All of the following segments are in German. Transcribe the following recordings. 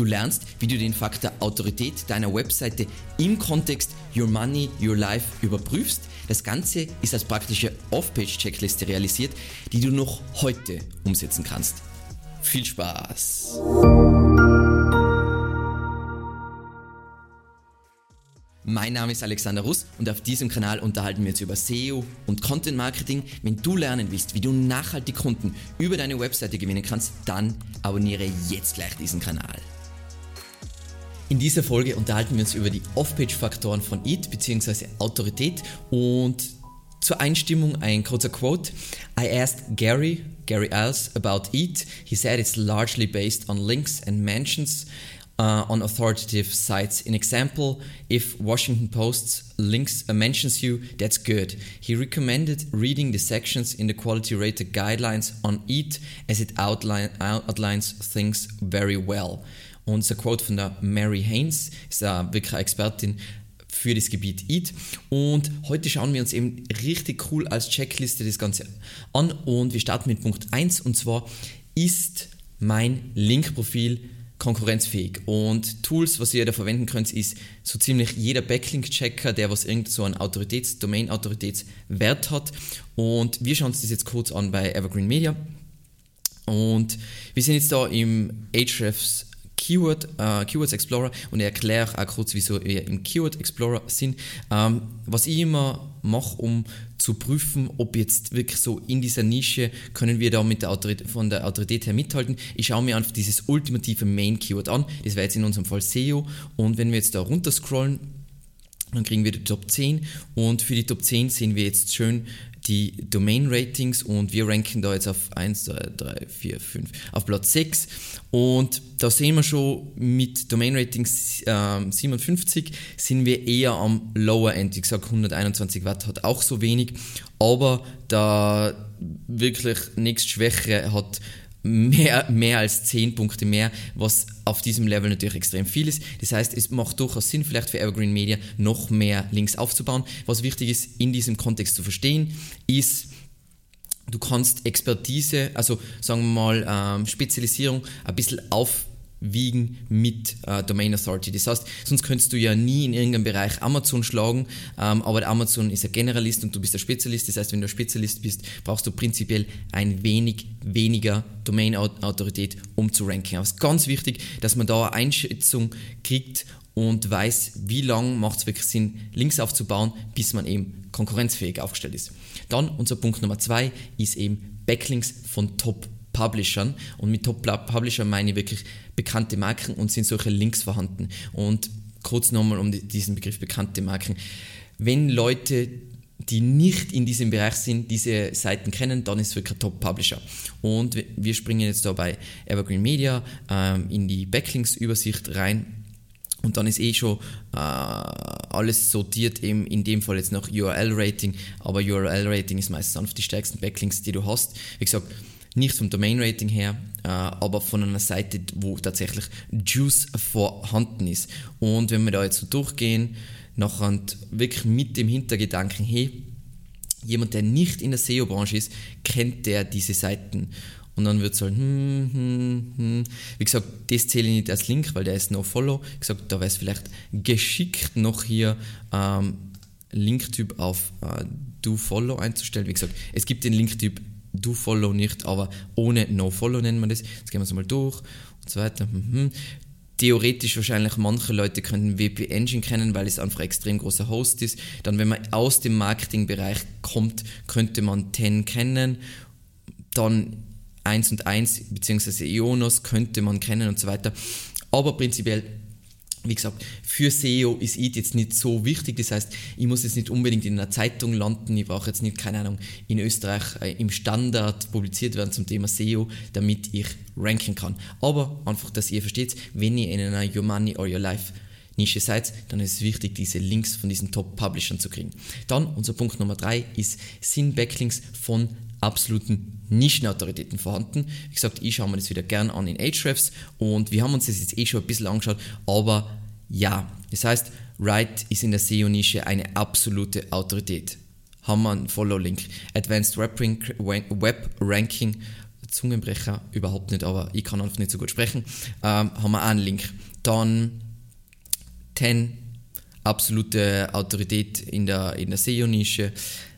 Du lernst, wie du den Faktor Autorität deiner Webseite im Kontext Your Money, Your Life überprüfst. Das Ganze ist als praktische Off-Page-Checkliste realisiert, die du noch heute umsetzen kannst. Viel Spaß! Mein Name ist Alexander Russ und auf diesem Kanal unterhalten wir uns über SEO und Content Marketing. Wenn du lernen willst, wie du nachhaltig Kunden über deine Webseite gewinnen kannst, dann abonniere jetzt gleich diesen Kanal. In dieser Folge unterhalten wir uns über die Off-Page-Faktoren von EAT bzw. Autorität und zur Einstimmung ein kurzer Quote. I asked Gary Ilse about EAT. He said it's largely based on links and mentions on authoritative sites. In example, if Washington Post's links mentions you, that's good. He recommended reading the sections in the quality rated guidelines on EAT as it outlines things very well. Und das Quote von der Mary Haynes, ist wirklich eine Expertin für das Gebiet EAT. Und heute schauen wir uns eben richtig cool als Checkliste das Ganze an und wir starten mit Punkt 1 und zwar ist mein Linkprofil konkurrenzfähig und Tools, was ihr da verwenden könnt, ist so ziemlich jeder Backlink-Checker, der was irgend so einen Domain-Autoritätswert hat und wir schauen uns das jetzt kurz an bei Evergreen Media und wir sind jetzt da im Ahrefs Keywords Explorer und ich erkläre auch kurz, wieso wir im Keyword Explorer sind. Was ich immer mache, um zu prüfen, ob jetzt wirklich so in dieser Nische können wir da mit der von der Autorität her mithalten. Ich schaue mir einfach dieses ultimative Main Keyword an. Das wäre jetzt in unserem Fall SEO und wenn wir jetzt da runter scrollen, dann kriegen wir die Top 10 und für die Top 10 sehen wir jetzt schön die Domain-Ratings und wir ranken da jetzt auf 1, 2, 3, 4, 5, auf Platz 6 und da sehen wir schon mit Domain-Ratings 57 sind wir eher am Lower End, wie gesagt 121 Watt hat auch so wenig, aber da wirklich nächst Schwächere hat mehr als 10 Punkte mehr, was auf diesem Level natürlich extrem viel ist. Das heißt, es macht durchaus Sinn, vielleicht für Evergreen Media noch mehr Links aufzubauen. Was wichtig ist, in diesem Kontext zu verstehen, ist, du kannst Expertise, also sagen wir mal Spezialisierung, ein bisschen aufwiegen mit Domain Authority. Das heißt, sonst könntest du ja nie in irgendeinem Bereich Amazon schlagen, aber der Amazon ist ein Generalist und du bist ein Spezialist. Das heißt, wenn du ein Spezialist bist, brauchst du prinzipiell ein wenig weniger Domain-Autorität, um zu ranken. Aber es ist ganz wichtig, dass man da eine Einschätzung kriegt und weiß, wie lange macht es wirklich Sinn, Links aufzubauen, bis man eben konkurrenzfähig aufgestellt ist. Dann unser Punkt Nummer 2 ist eben Backlinks von Top-Publishern und mit Top-Publishern meine ich wirklich bekannte Marken und sind solche Links vorhanden. Und kurz nochmal um diesen Begriff bekannte Marken. Wenn Leute, die nicht in diesem Bereich sind, diese Seiten kennen, dann ist es wirklich ein Top-Publisher. Und wir springen jetzt da bei Evergreen Media in die Backlinks-Übersicht rein. Und dann ist schon alles sortiert, eben in dem Fall jetzt nach URL-Rating, aber URL-Rating ist meistens einfach die stärksten Backlinks, die du hast. Wie gesagt, nicht vom Domain-Rating her, aber von einer Seite, wo tatsächlich Juice vorhanden ist. Und wenn wir da jetzt so durchgehen, nachher wirklich mit dem Hintergedanken, hey, jemand, der nicht in der SEO-Branche ist, kennt der diese Seiten. Und dann wird es halt, Wie gesagt, das zähle ich nicht als Link, weil der ist No-Follow. Wie gesagt, da wäre es vielleicht geschickt, noch hier Linktyp auf Do-Follow einzustellen. Wie gesagt, es gibt den Linktyp Do-Follow nicht, aber ohne No-Follow nennen wir das. Jetzt gehen wir es mal durch und so weiter. Theoretisch wahrscheinlich manche Leute könnten WP Engine kennen, weil es einfach ein extrem großer Host ist. Dann, wenn man aus dem Marketingbereich kommt, könnte man 10 kennen. Dann 1 und 1 bzw. Ionos könnte man kennen und so weiter. Aber prinzipiell, wie gesagt, für SEO ist EAT jetzt nicht so wichtig. Das heißt, ich muss jetzt nicht unbedingt in einer Zeitung landen. Ich brauche jetzt nicht, keine Ahnung, in Österreich im Standard publiziert werden zum Thema SEO, damit ich ranken kann. Aber einfach, dass ihr versteht, wenn ihr in einer Your Money or Your Life Nische seid, dann ist es wichtig, diese Links von diesen Top-Publishern zu kriegen. Dann, unser Punkt Nummer 3 ist, sind Backlinks von absoluten Nischenautoritäten vorhanden. Wie gesagt, ich schaue mir das wieder gern an in Ahrefs und wir haben uns das jetzt schon ein bisschen angeschaut, aber ja, das heißt, Write ist in der SEO-Nische eine absolute Autorität. Haben wir einen Follow-Link. Advanced Web Ranking Zungenbrecher überhaupt nicht, aber ich kann einfach nicht so gut sprechen, haben wir auch einen Link. Dann 10, absolute Autorität in der SEO-Nische.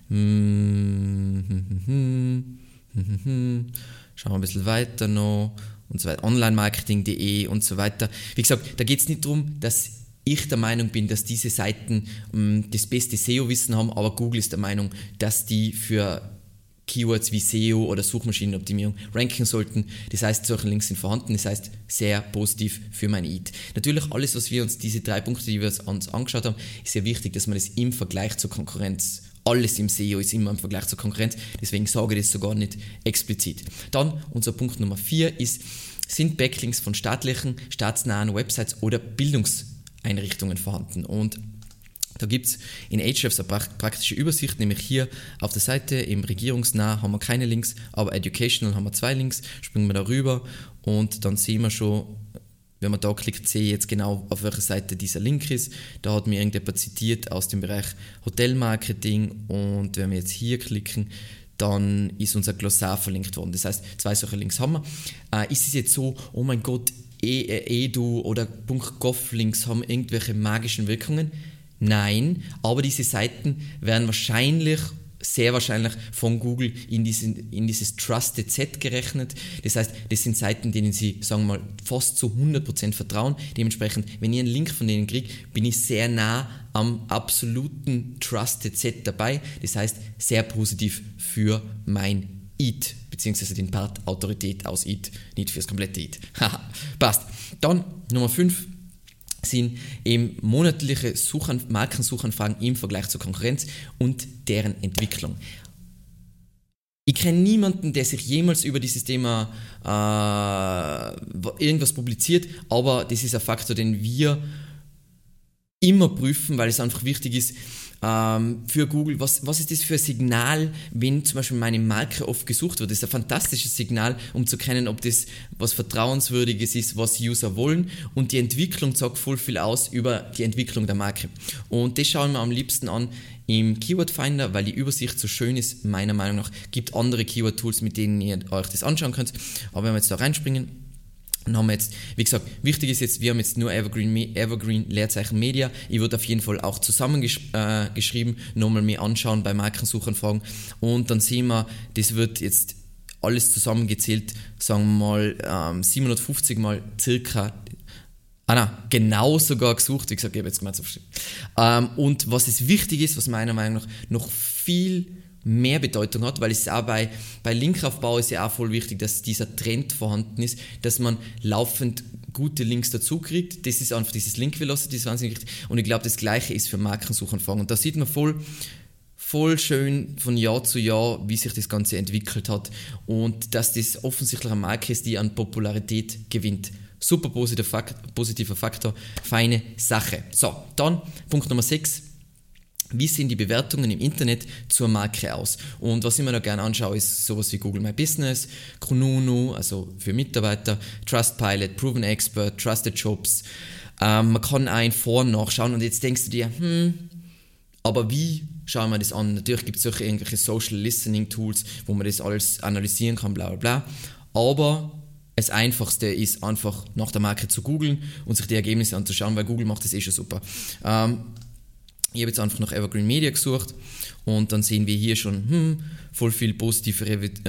Schauen wir ein bisschen weiter noch und so weiter. Onlinemarketing.de und so weiter. Wie gesagt, da geht es nicht darum, dass ich der Meinung bin, dass diese Seiten das beste SEO-Wissen haben, aber Google ist der Meinung, dass die für Keywords wie SEO oder Suchmaschinenoptimierung ranken sollten. Das heißt, solche Links sind vorhanden. Das heißt, sehr positiv für mein EAT. Natürlich, alles, was wir uns, diese 3 Punkte, die wir uns angeschaut haben, ist sehr wichtig, dass man das im Vergleich zur Konkurrenz, alles im SEO ist immer im Vergleich zur Konkurrenz, deswegen sage ich das sogar nicht explizit. Dann, unser Punkt Nummer 4 sind Backlinks von staatlichen, staatsnahen Websites oder Bildungseinrichtungen vorhanden. Und da gibt es in Ahrefs eine praktische Übersicht, nämlich hier auf der Seite im regierungsnah haben wir keine Links, aber educational haben wir 2 Links, springen wir da rüber und dann sehen wir schon, wenn man da klickt, sehe ich jetzt genau, auf welcher Seite dieser Link ist. Da hat mir irgendjemand zitiert aus dem Bereich Hotelmarketing und wenn wir jetzt hier klicken, dann ist unser Glossar verlinkt worden. Das heißt, 2 solche Links haben wir. Ist es jetzt so, oh mein Gott, edu oder .gov-Links haben irgendwelche magischen Wirkungen? Nein, aber diese Seiten werden sehr wahrscheinlich von Google in dieses Trusted Set gerechnet. Das heißt, das sind Seiten, denen sie, sagen wir mal, fast zu 100% vertrauen. Dementsprechend, wenn ich einen Link von denen kriege, bin ich sehr nah am absoluten Trusted Set dabei. Das heißt, sehr positiv für mein EAT, beziehungsweise den Part Autorität aus EAT, nicht fürs komplette EAT. Passt. Dann Nummer 5. sind eben monatliche Markensuchanfragen im Vergleich zur Konkurrenz und deren Entwicklung. Ich kenne niemanden, der sich jemals über dieses Thema irgendwas publiziert, aber das ist ein Faktor, den wir immer prüfen, weil es einfach wichtig ist für Google. Was ist das für ein Signal, wenn zum Beispiel meine Marke oft gesucht wird? Das ist ein fantastisches Signal, um zu kennen, ob das was Vertrauenswürdiges ist, was User wollen, und die Entwicklung sagt voll viel aus über die Entwicklung der Marke. Und das schauen wir am liebsten an im Keyword Finder, weil die Übersicht so schön ist, meiner Meinung nach. Gibt andere Keyword-Tools, mit denen ihr euch das anschauen könnt, aber wenn wir jetzt da reinspringen, dann haben wir jetzt, wie gesagt, wichtig ist jetzt, wir haben jetzt nur Evergreen Leerzeichen Media. Ich würde auf jeden Fall auch zusammengeschrieben nochmal mir anschauen bei Markensuchanfragen, und dann sehen wir, das wird jetzt alles zusammengezählt, sagen wir mal 750 mal circa, genau sogar gesucht, wie gesagt, ich habe jetzt gemeint, und was ist wichtig ist, was meiner Meinung nach noch viel mehr Bedeutung hat, weil es auch bei Linkaufbau ist ja auch voll wichtig, dass dieser Trend vorhanden ist, dass man laufend gute Links dazu kriegt. Das ist einfach dieses Link Velocity, das ist wahnsinnig wichtig. Und ich glaube, das Gleiche ist für Markensuchanfragen. Und da sieht man voll schön von Jahr zu Jahr, wie sich das Ganze entwickelt hat und dass das offensichtlich eine Marke ist, die an Popularität gewinnt. Super positiver Faktor, feine Sache. So, dann Punkt Nummer 6. Wie sehen die Bewertungen im Internet zur Marke aus? Und was ich mir da gerne anschaue, ist sowas wie Google My Business, Kununu, also für Mitarbeiter, Trustpilot, Proven Expert, Trusted Jobs. Man kann auch in Foren nachschauen, und jetzt denkst du dir, aber wie schauen wir das an? Natürlich gibt es solche irgendwelche Social Listening Tools, wo man das alles analysieren kann, bla bla bla. Aber das Einfachste ist einfach nach der Marke zu googeln und sich die Ergebnisse anzuschauen, weil Google macht das schon super. Ich habe jetzt einfach nach Evergreen Media gesucht, und dann sehen wir hier schon voll viel positive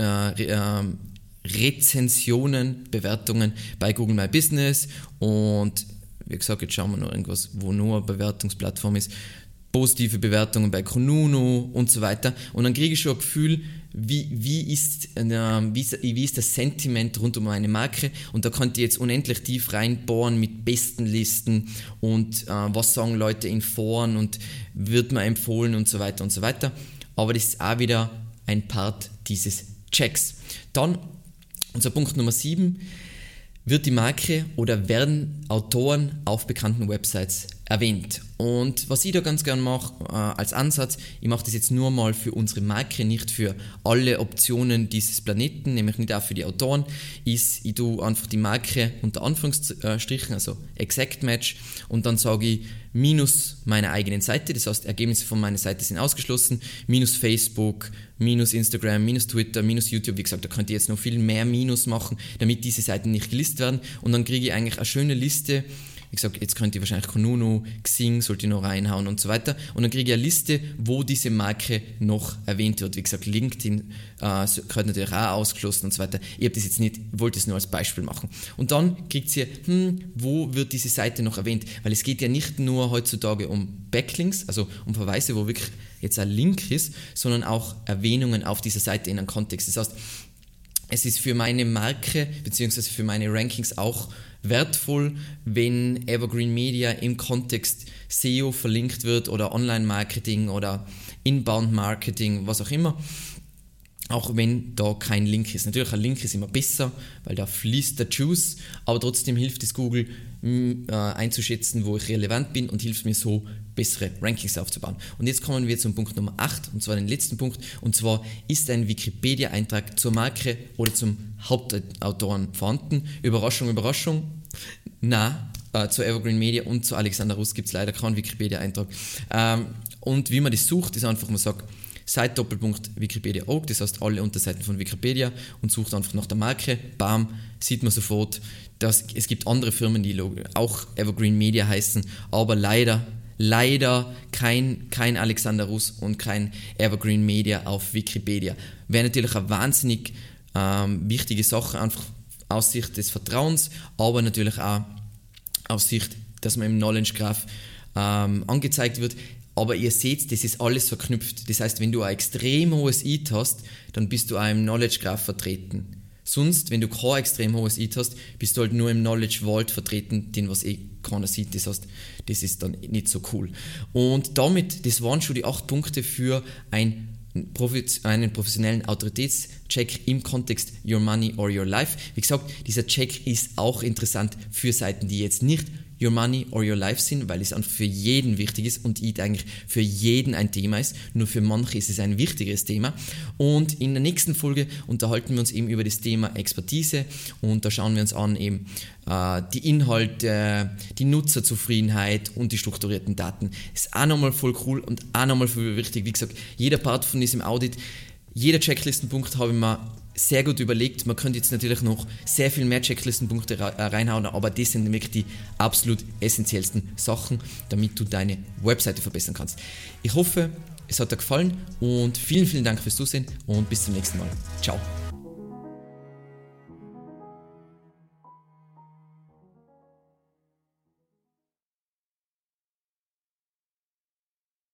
Rezensionen, Bewertungen bei Google My Business, und wie gesagt, jetzt schauen wir noch irgendwas, wo nur eine Bewertungsplattform ist, positive Bewertungen bei Kununu und so weiter, und dann kriege ich schon ein Gefühl, wie ist das Sentiment rund um eine Marke, und da könnt ihr jetzt unendlich tief reinbohren mit besten Listen und was sagen Leute in Foren und wird man empfohlen und so weiter, aber das ist auch wieder ein Part dieses Checks. Dann unser Punkt Nummer 7, wird die Marke oder werden Autoren auf bekannten Websites erwähnt. Und was ich da ganz gerne mache als Ansatz, ich mache das jetzt nur mal für unsere Marke, nicht für alle Optionen dieses Planeten, nämlich nicht auch für die Autoren, ist, ich tue einfach die Marke unter Anführungsstrichen, also Exact Match, und dann sage ich minus meine eigenen Seite, das heißt Ergebnisse von meiner Seite sind ausgeschlossen, minus Facebook, minus Instagram, minus Twitter, minus YouTube, wie gesagt, da könnt ihr jetzt noch viel mehr Minus machen, damit diese Seiten nicht gelistet werden, und dann kriege ich eigentlich eine schöne Liste. Ich sage, jetzt könnt ihr wahrscheinlich Konuno, Xing, sollte ich noch reinhauen und so weiter. Und dann kriege ich eine Liste, wo diese Marke noch erwähnt wird. Wie gesagt, LinkedIn gehört natürlich auch ausgeschlossen und so weiter. Ich habe das jetzt nicht, wollte es nur als Beispiel machen. Und dann kriegt ihr, wo wird diese Seite noch erwähnt? Weil es geht ja nicht nur heutzutage um Backlinks, also um Verweise, wo wirklich jetzt ein Link ist, sondern auch Erwähnungen auf dieser Seite in einem Kontext. Das heißt, es ist für meine Marke bzw. für meine Rankings auch wertvoll, wenn Evergreen Media im Kontext SEO verlinkt wird oder Online-Marketing oder Inbound-Marketing, was auch immer, auch wenn da kein Link ist. Natürlich, ein Link ist immer besser, weil da fließt der Juice, aber trotzdem hilft es Google einzuschätzen, wo ich relevant bin, und hilft mir so, bessere Rankings aufzubauen. Und jetzt kommen wir zum Punkt Nummer 8, und zwar den letzten Punkt, und zwar, ist ein Wikipedia-Eintrag zur Marke oder zum Hauptautoren vorhanden? Überraschung, Überraschung. Na, zu Evergreen Media und zu Alexander Russ gibt es leider keinen Wikipedia-Eintrag. Und wie man das sucht, ist einfach, man sagt, Site-Wikipedia.org, das heißt alle Unterseiten von Wikipedia, und sucht einfach nach der Marke, bam, sieht man sofort, dass es gibt andere Firmen, die auch Evergreen Media heißen, aber leider kein Alexander Russ und kein Evergreen Media auf Wikipedia. Wäre natürlich eine wahnsinnig wichtige Sache, einfach aus Sicht des Vertrauens, aber natürlich auch aus Sicht, dass man im Knowledge Graph angezeigt wird. Aber ihr seht, das ist alles verknüpft. Das heißt, wenn du ein extrem hohes EAT hast, dann bist du auch im Knowledge Graph vertreten. Sonst, wenn du kein extrem hohes EAT hast, bist du halt nur im Knowledge Vault vertreten, den was keiner sieht. Das heißt, das ist dann nicht so cool. Und damit, das waren schon die 8 Punkte für einen professionellen Autoritätscheck im Kontext Your Money or Your Life. Wie gesagt, dieser Check ist auch interessant für Seiten, die jetzt nicht Your Money or Your Life sind, weil es einfach für jeden wichtig ist und EAT eigentlich für jeden ein Thema ist. Nur für manche ist es ein wichtigeres Thema. Und in der nächsten Folge unterhalten wir uns eben über das Thema Expertise, und da schauen wir uns an eben die Inhalte, die Nutzerzufriedenheit und die strukturierten Daten. Das ist auch nochmal voll cool und auch nochmal voll wichtig. Wie gesagt, jeder Part von diesem Audit, jeder Checklistenpunkt habe ich mir sehr gut überlegt. Man könnte jetzt natürlich noch sehr viel mehr Checklistenpunkte reinhauen, aber das sind wirklich die absolut essentiellsten Sachen, damit du deine Webseite verbessern kannst. Ich hoffe, es hat dir gefallen, und vielen Dank fürs Zusehen und bis zum nächsten Mal. Ciao.